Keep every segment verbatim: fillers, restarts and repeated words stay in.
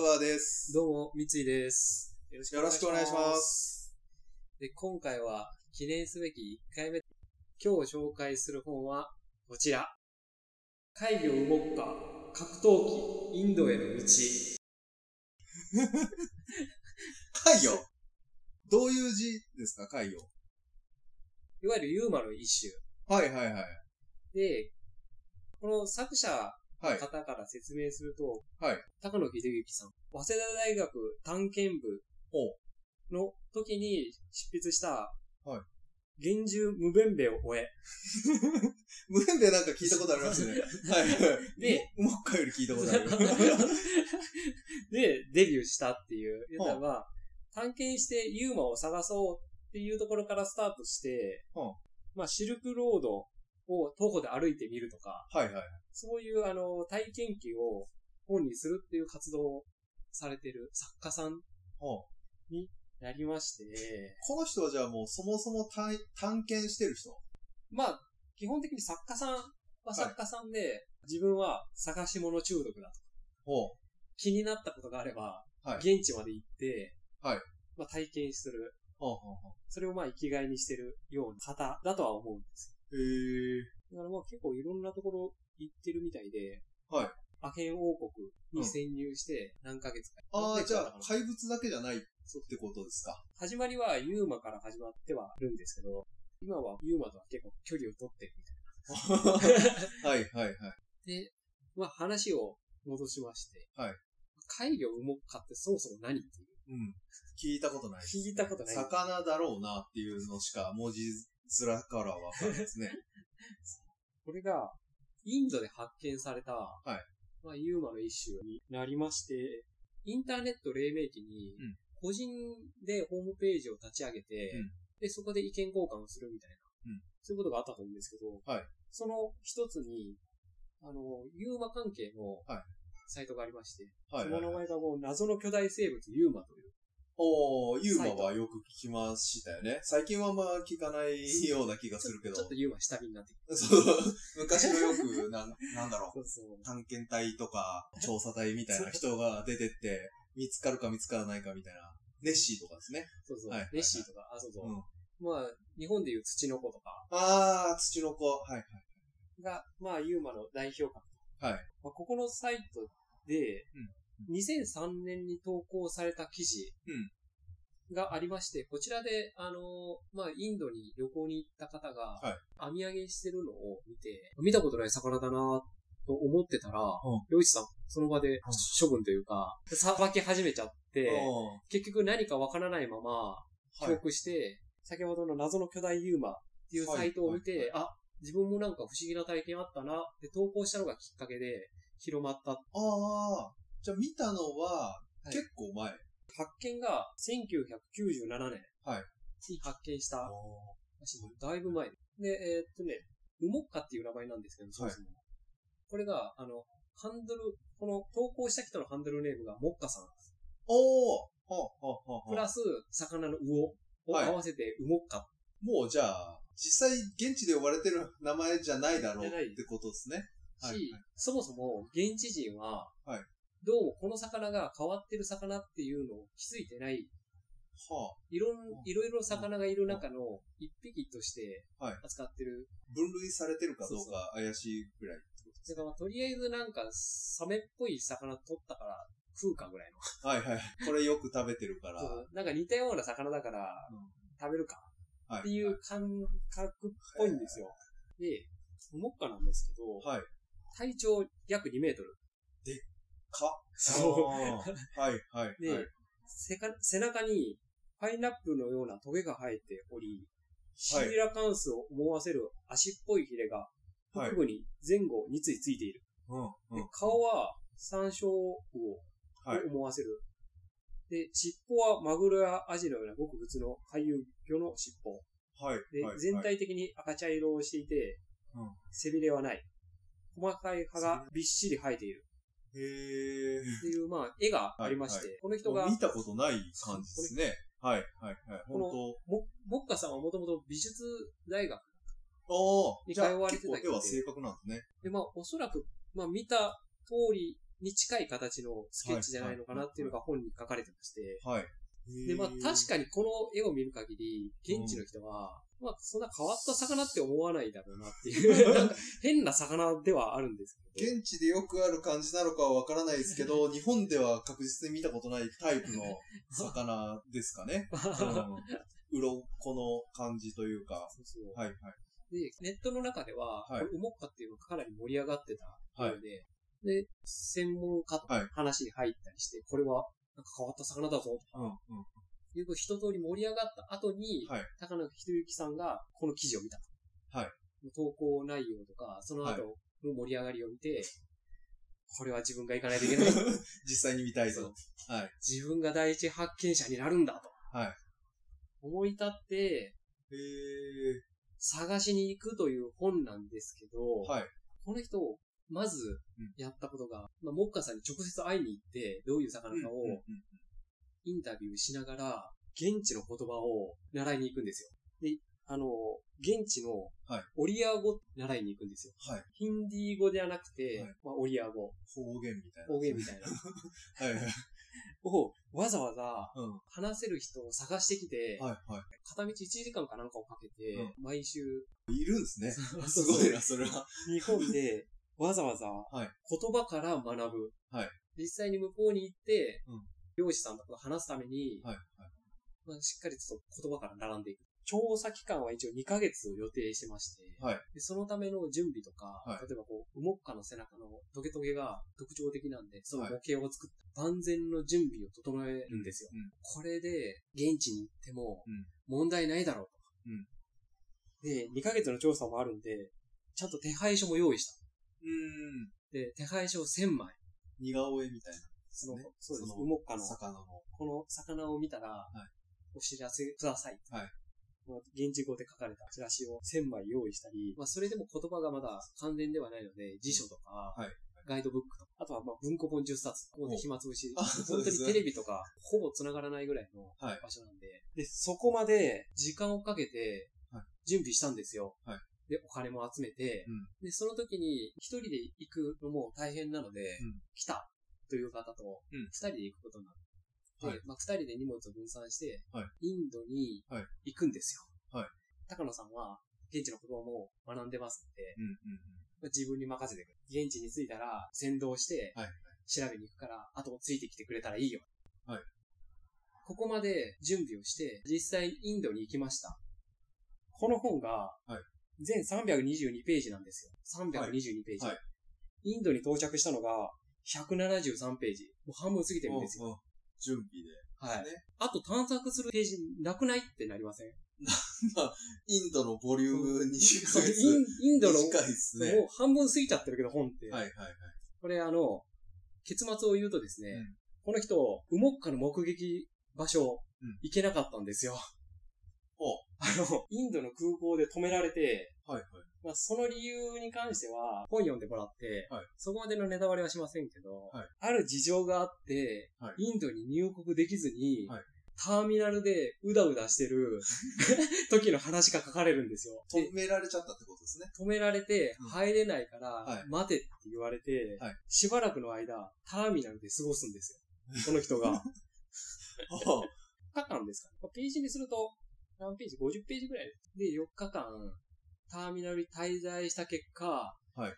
川です。 どうも、三井です。 よろしくお願いします。よろしくお願いします。 で、今回は記念すべきいっかいめ。今日紹介する本はこちら。怪魚ウモッカ、格闘技、インドへの道。 怪魚どういう字ですか、怪魚。 いわゆるユーマの一種。はいはいはい。 で、この作者の方から説明すると、 はい。 高野秀幸さん、早稲田大学探検部の時に執筆した、 はい。 幻獣無弁兵を終え。 無弁兵なんか聞いたことありますね。はい。で、ウモッカより聞いたことある。 で、デビューしたっていう。言ったら、探検してユーマを探そうっていうところからスタートして、はあ、まあ、シルクロードを徒歩で歩いてみるとか、 はいはい。 そういうあの体験記を本にするっていう活動をされてる作家さんになりまして、はあ、この人はじゃあもうそもそも探検してる人？ まあ、基本的に作家さんは作家さんで、はい、自分は探し物中毒だと。ほう。気になったことがあれば、はい、現地まで行って、はい。まあ、体験する。ほうほうほう。それをまあ生きがいにしてるような方だとは思うんですよ。へー。だからまあ結構いろんなところ行ってるみたいで、はい。アヘン王国に潜入して何ヶ月か、 うん。ああ、じゃあ怪物だけじゃないってことですか。 始まりはユーマから始まってはるんですけど、今はユーマとは結構距離を取ってるみたいな。はいはいはい。で、まあ話を戻しまして、はい。怪魚ウモッカってそもそも何っていう。 うん。聞いたことないです、 ね。聞いたことない。 魚だろうなっていうのしか文字面からはわかんないですね。 これが、インドで発見された、はい。まあ、ユーマの一種になりまして、インターネット黎明期に、個人でホームページを立ち上げて、うん、で、そこで意見交換をするみたいな、うん、そういうことがあったと思うんですけど、はい。その一つに、あの、ユーマ関係の、サイトがありまして、はい。その名前がもう謎の巨大生物ユーマという。 おー、ユーマはよく聞きましたよね。最近はあんま聞かないような気がするけど。 ちょ, ちょっとユーマ下火になってきて。 そう。昔のよく、な、なんだろう。そうそう探検隊とか、調査隊みたいな人が出てって、見つかるか見つからないかみたいな。ネッシーとかですね。 そうそう。はい、ネッシーとか、あ、そうそう。うん、まあ、日本でいうツチノコとか。 あー、ツチノコ。はいはい。 が、まあ、ユーマの代表格。はい。まあ、ここのサイトで、うん、にせんさんねんに投稿された記事がありまして、こちらで、あのー、まあ、インドに旅行に行った方が、網上げしてるのを見て、見たことない魚だなと思ってたら、洋一さん、その場で処分というか、さばき始めちゃって、結局何かわからないまま、記憶して、はい、先ほどの謎の巨大ユーマっていうサイトを見て、はいはいはい、あ、自分もなんか不思議な体験あったなって投稿したのがきっかけで広まった。ああ、じゃあ見たのは結構前。はい、 発見がせんきゅうひゃくきゅうじゅうななねんに発見した。はい、だいぶ前で。で、えー、っとね、ウモッカっていう名前なんですけど、そもそも。はい、これが、あの、ハンドル、この投稿した人のハンドルネームがモッカさん。 おー、はあはあはあ、 プラス、魚の魚を合わせてウモッカ。はい、 もうじゃあ、実際現地で呼ばれてる名前じゃないだろうってことですね。 し、はいはい、そもそも現地人は、はい、どうもこの魚が変わってる魚っていうのを気づいてない。はあ、いろん、いろいろ魚がいる中の一匹として扱ってる。 はい、分類されてるかどうか怪しいぐらい。 だからとりあえずなんかサメっぽい魚取ったから食うかぐらいの。 はいはい。これよく食べてるから。 なんか似たような魚だから、食べるか。っていう感覚っぽいんですよ。で、ウモッカなんですけど、はい、体長約にメートル。 でっか。 そう。 はいはい。 で、はい、背中にパイナップルのようなトゲが生えており、シーラカンスを思わせる足っぽいヒレが腹部に前後に対ついている。はい、で顔は山椒魚を思わせる。で、尻尾はマグロやアジのようなごく普通の回遊魚の尻尾。はい。で、はい、全体的に赤茶色をしていて、うん、背びれはない。細かい葉がびっしり生えている。へー。っていう、まあ、絵がありまして、はいはい、この人が。 見たことない感じですね。はい、はい、はい。 本当も、モッカさんはもともと美術大学に通われてた人で。絵は正確なんですね。 で、まあ、おそらく、まあ、見た通りに近い形のスケッチじゃないのかなっていうのが本に書かれてまして。 はい。 で、まあ確かにこの絵を見る限り、現地の人は、うん、まあそんな変わった魚って思わないだろうなっていう、なんか変な魚ではあるんですけど。現地でよくある感じなのかはわからないですけど、日本では確実に見たことないタイプの魚ですかね。うん、鱗の感じというか。そうそう。はいはい。 で、ネットの中では、はい、ウモッカっていうのがかなり盛り上がってたので、はい、で、専門家と話に入ったりして、はい、これはなんか変わった魚だぞとか、うんうん、いう一通り盛り上がった後に、はい、高野博之さんがこの記事を見たと。はい、投稿内容とか、その後の盛り上がりを見て、はい、これは自分が行かないといけない。 実際に見たいぞ。 はい、自分が第一発見者になるんだと。はい、思い立って、へー探しに行くという本なんですけど、はい、この人、まずやったことが、うん、まあ、モッカさんに直接会いに行って、どういう魚かをインタビューしながら、現地の言葉を習いに行くんですよ。で、あの、現地のオリア語習いに行くんですよ。はい、ヒンディー語ではなくて、はい、まあ、オリア語。 方言みたいな。 方言みたいな。はいはい。をわざわざ話せる人を探してきて、うんはいはい、片道いちじかんかなんかをかけて、うん、毎週。 いるんですね。すごいな、それは。 日本でわざわざ言葉から学ぶ。はい、実際に向こうに行って、うん、漁師さんとか話すために、はいはいまあ、しっかりと言葉から並んでいく。調査期間は一応にかげつを予定してまして、はい、でそのための準備とか、はい、例えばこう、ウモッカの背中のトゲトゲが特徴的なんで、その模型を作った万全の準備を整えるんですよ。うん、これで、現地に行っても、問題ないだろうと、うん。で、にかげつの調査もあるんで、ちゃんと手配書も用意した。うんで、手配書をせんまい。 似顔絵みたいな、ね。 その、そうです。ウモッカの、魚のこの魚を見たら、はい、お知らせください。はい現地語で書かれたチラシをせんまい用意したり、まあそれでも言葉がまだ完全ではないので、辞書とか、はい、ガイドブックとか、あとはまあ文庫本じゅっさつ、ここで暇つぶし、本当にテレビとかほぼ繋がらないぐらいの場所なんで、はい、で、そこまで時間をかけて準備したんですよ。はい、で、お金も集めて、うん、で、その時に一人で行くのも大変なので、うん、来たという方と二人で行くことになる。で、はい、まあ、二人で荷物を分散して、はい、インドに行くんですよ。はい。高野さんは、現地の言葉も学んでますので、うんうんうんまあ、自分に任せてくれ。現地に着いたら、先導して、はい、調べに行くから、あとついてきてくれたらいいよ。はい。ここまで準備をして、実際インドに行きました。この本が、全さんびゃくにじゅうにページなんですよ。さんびゃくにじゅうにページ。はいはい、インドに到着したのが、ひゃくななじゅうさんページ。もう半分過ぎてるんですよ。おうおう準備で、ね。 はい。あと探索するページなくないってなりません？ まあ、インドのボリュームにじゅっかげつ。 インドの、 短いですね。 もう半分過ぎちゃってるけど、本って。 はいはいはい。 これあの、結末を言うとですね、うん、この人、ウモッカの目撃場所、うん、行けなかったんですよ。あの、インドの空港で止められて、はいはい。まあ、その理由に関しては、本読んでもらって、はい、そこまでのネタバレはしませんけど、はい、ある事情があって、はい、インドに入国できずに、はい、ターミナルでうだうだしてる時の話が書かれるんですよ。 止められちゃったってことですね。 止められて、入れないから、待てって言われて、はい、しばらくの間、ターミナルで過ごすんですよ。この人が。よっかかんですかね。ページにすると、何ページ ?ごじゅっページぐらいでよっかかんターミナルに滞在した結果、はい、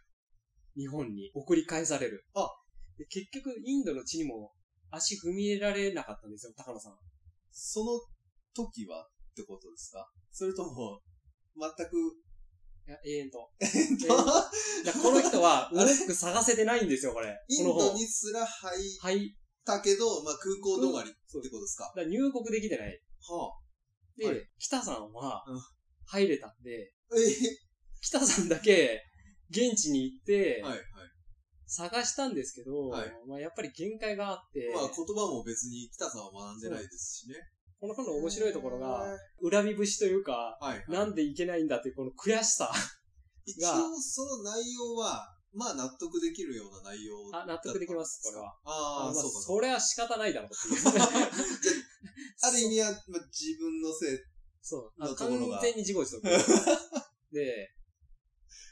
日本に送り返される。あで結局インドの地にも足踏み入れられなかったんですよ、高野さん。 その時はってことですか？それとも全くいや永遠と。永遠と。この人はうまく探せてないんですよ、これ。 インドにすら入ったけど、まあ空港止まりってことですか？ だから入国できてない。はあで、はい、北さんは入れたんで、うん、え北さんだけ現地に行って、はいはい、探したんですけど、はい、まあやっぱり限界があって、 まあ言葉も別に北さんは学んでないですしね。 この本の面白いところが、恨み節というか、はいはい、なんでいけないんだっていうこの悔しさが。 一応その内容は、まあ納得できるような内容あ、納得できます、これは。 ああ、まあ、そうか。 それは仕方ないだろうっていう。 ある意味は、まあ、自分のせいのところが。 そう。完全に自業自得。で、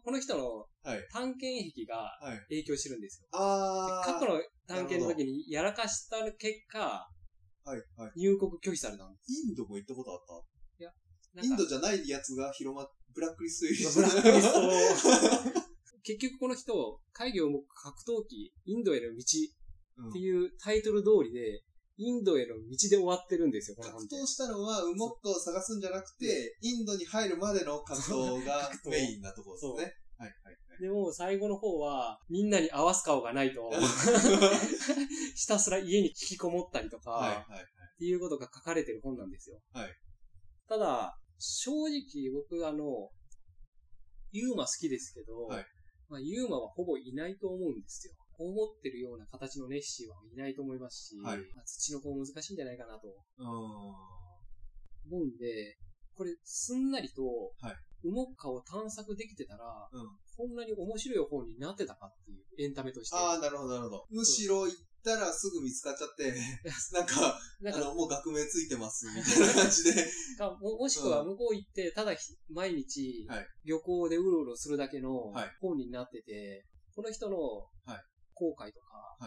この人の探検癖が影響してるんですよ。 あ過去の探検の時にやらかした結果、 はいはい、 入国拒否されたんです。 インドも行ったことあった？ いや、 インドじゃないやつが広まっ、ブラックリスト入りブラックリスト結局この人、海魚を動く格闘機、インドへの道っていうタイトル通りで、インドへの道で終わってるんですよ、この格闘したのは、ウモッカを探すんじゃなくて、インドに入るまでの格闘がメインなところですね。はいはいはい。 でも、最後の方は、みんなに合わす顔がないと、ひたすら家に引きこもったりとか、はいはいはい、っていうことが書かれてる本なんですよ。はい、ただ、正直僕あの、ユーマ好きですけど、はい、まあ、ユーマはほぼいないと思うんですよ。思ってるような形のネッシーはいないと思いますし、はい、まあ、土の子難しいんじゃないかなと思うんで、これすんなりと、はい、ウモッカを探索できてたら、うん、こんなに面白い本になってたかっていうエンタメとして。 ああ、なるほどなるほど。むしろ行ったらすぐ見つかっちゃって、なんか、なんかあのもう学名ついてますみたいな感じでも。もしくは向こう行って、ただ毎日旅行でうろうろするだけの本になってて、この人の、はい、後悔とか、はい、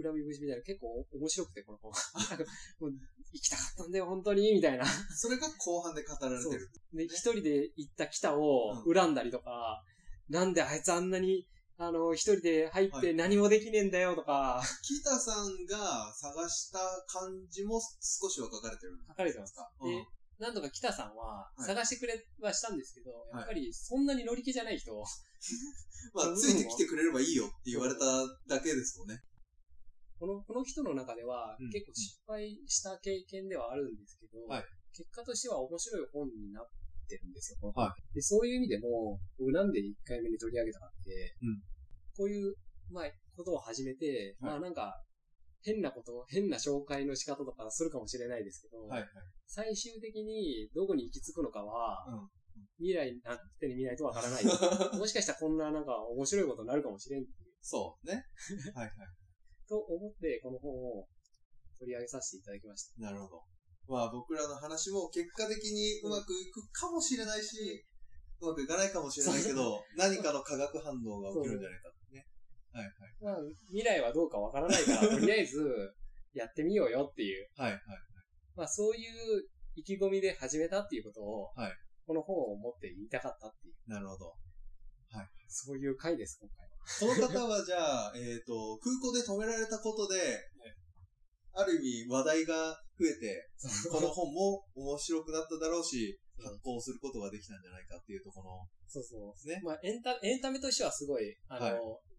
恨み節みたいな結構面白くて、この本。もう行きたかったんだよ、本当に、みたいな。 それが後半で語られてる。 で、一人で行った北を恨んだりとか、うん、なんであいつあんなに、あの、一人で入って何もできねえんだよとか。はい、 北さんが探した感じも少しは書かれてる。 書かれてますか。うん、で、なんとか北さんは探してくれはしたんですけど、はい、やっぱりそんなに乗り気じゃない人。 まあ、ついてきてくれればいいよって言われただけですもんね。 この、この人の中では、うん、結構失敗した経験ではあるんですけど、はい、結果としては面白い本になってるんですよ。はい、でそういう意味でも、僕なんでいっかいめに取り上げたかって、うん、こういう、まあ、ことを始めて、はい、まあなんか、変なこと、変な紹介の仕方とかするかもしれないですけど、はいはい、最終的にどこに行き着くのかは、うん、未来になってみないとわからない。もしかしたらこんななんか面白いことになるかもしれんっていう。 そうね。はいはい。 と思ってこの本を取り上げさせていただきました。 なるほど。まあ僕らの話も結果的にうまくいくかもしれないし、うん、うまくいかないかもしれないけど、何かの化学反応が起きるんじゃないかってね。はいはい。 まあ未来はどうかわからないから、とりあえずやってみようよっていう。はいはいはい。まあそういう意気込みで始めたっていうことを、はい、この本を持って言いたかったっていう。 なるほど。はい。 そういう回です、今回は。この方はじゃあ、えっと、空港で止められたことで、ね、ある意味話題が増えて、この本も面白くなっただろうし、発行することができたんじゃないかっていうところ。 そうそう。ね。まあエンタ、エンタメとしてはすごい、あの、はい、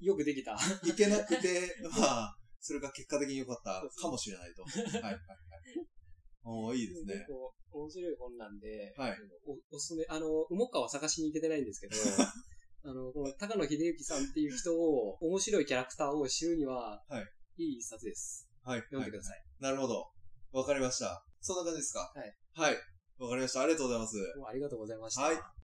よくできた。 いけなくて、まあ、それが結果的に良かったかもしれないと。はいはいはい。おー、いいですね。 面白い本なんで、はい、お, おすすめ、あの、ウモッカは探しに行けてないんですけど、あの、この高野秀之さんっていう人を、面白いキャラクターを知るには、はい、いい一冊です。はい。読んでください。はい、 なるほど。わかりました。そんな感じですか？はい。はい。わかりました。ありがとうございます。 もうありがとうございました。 はい。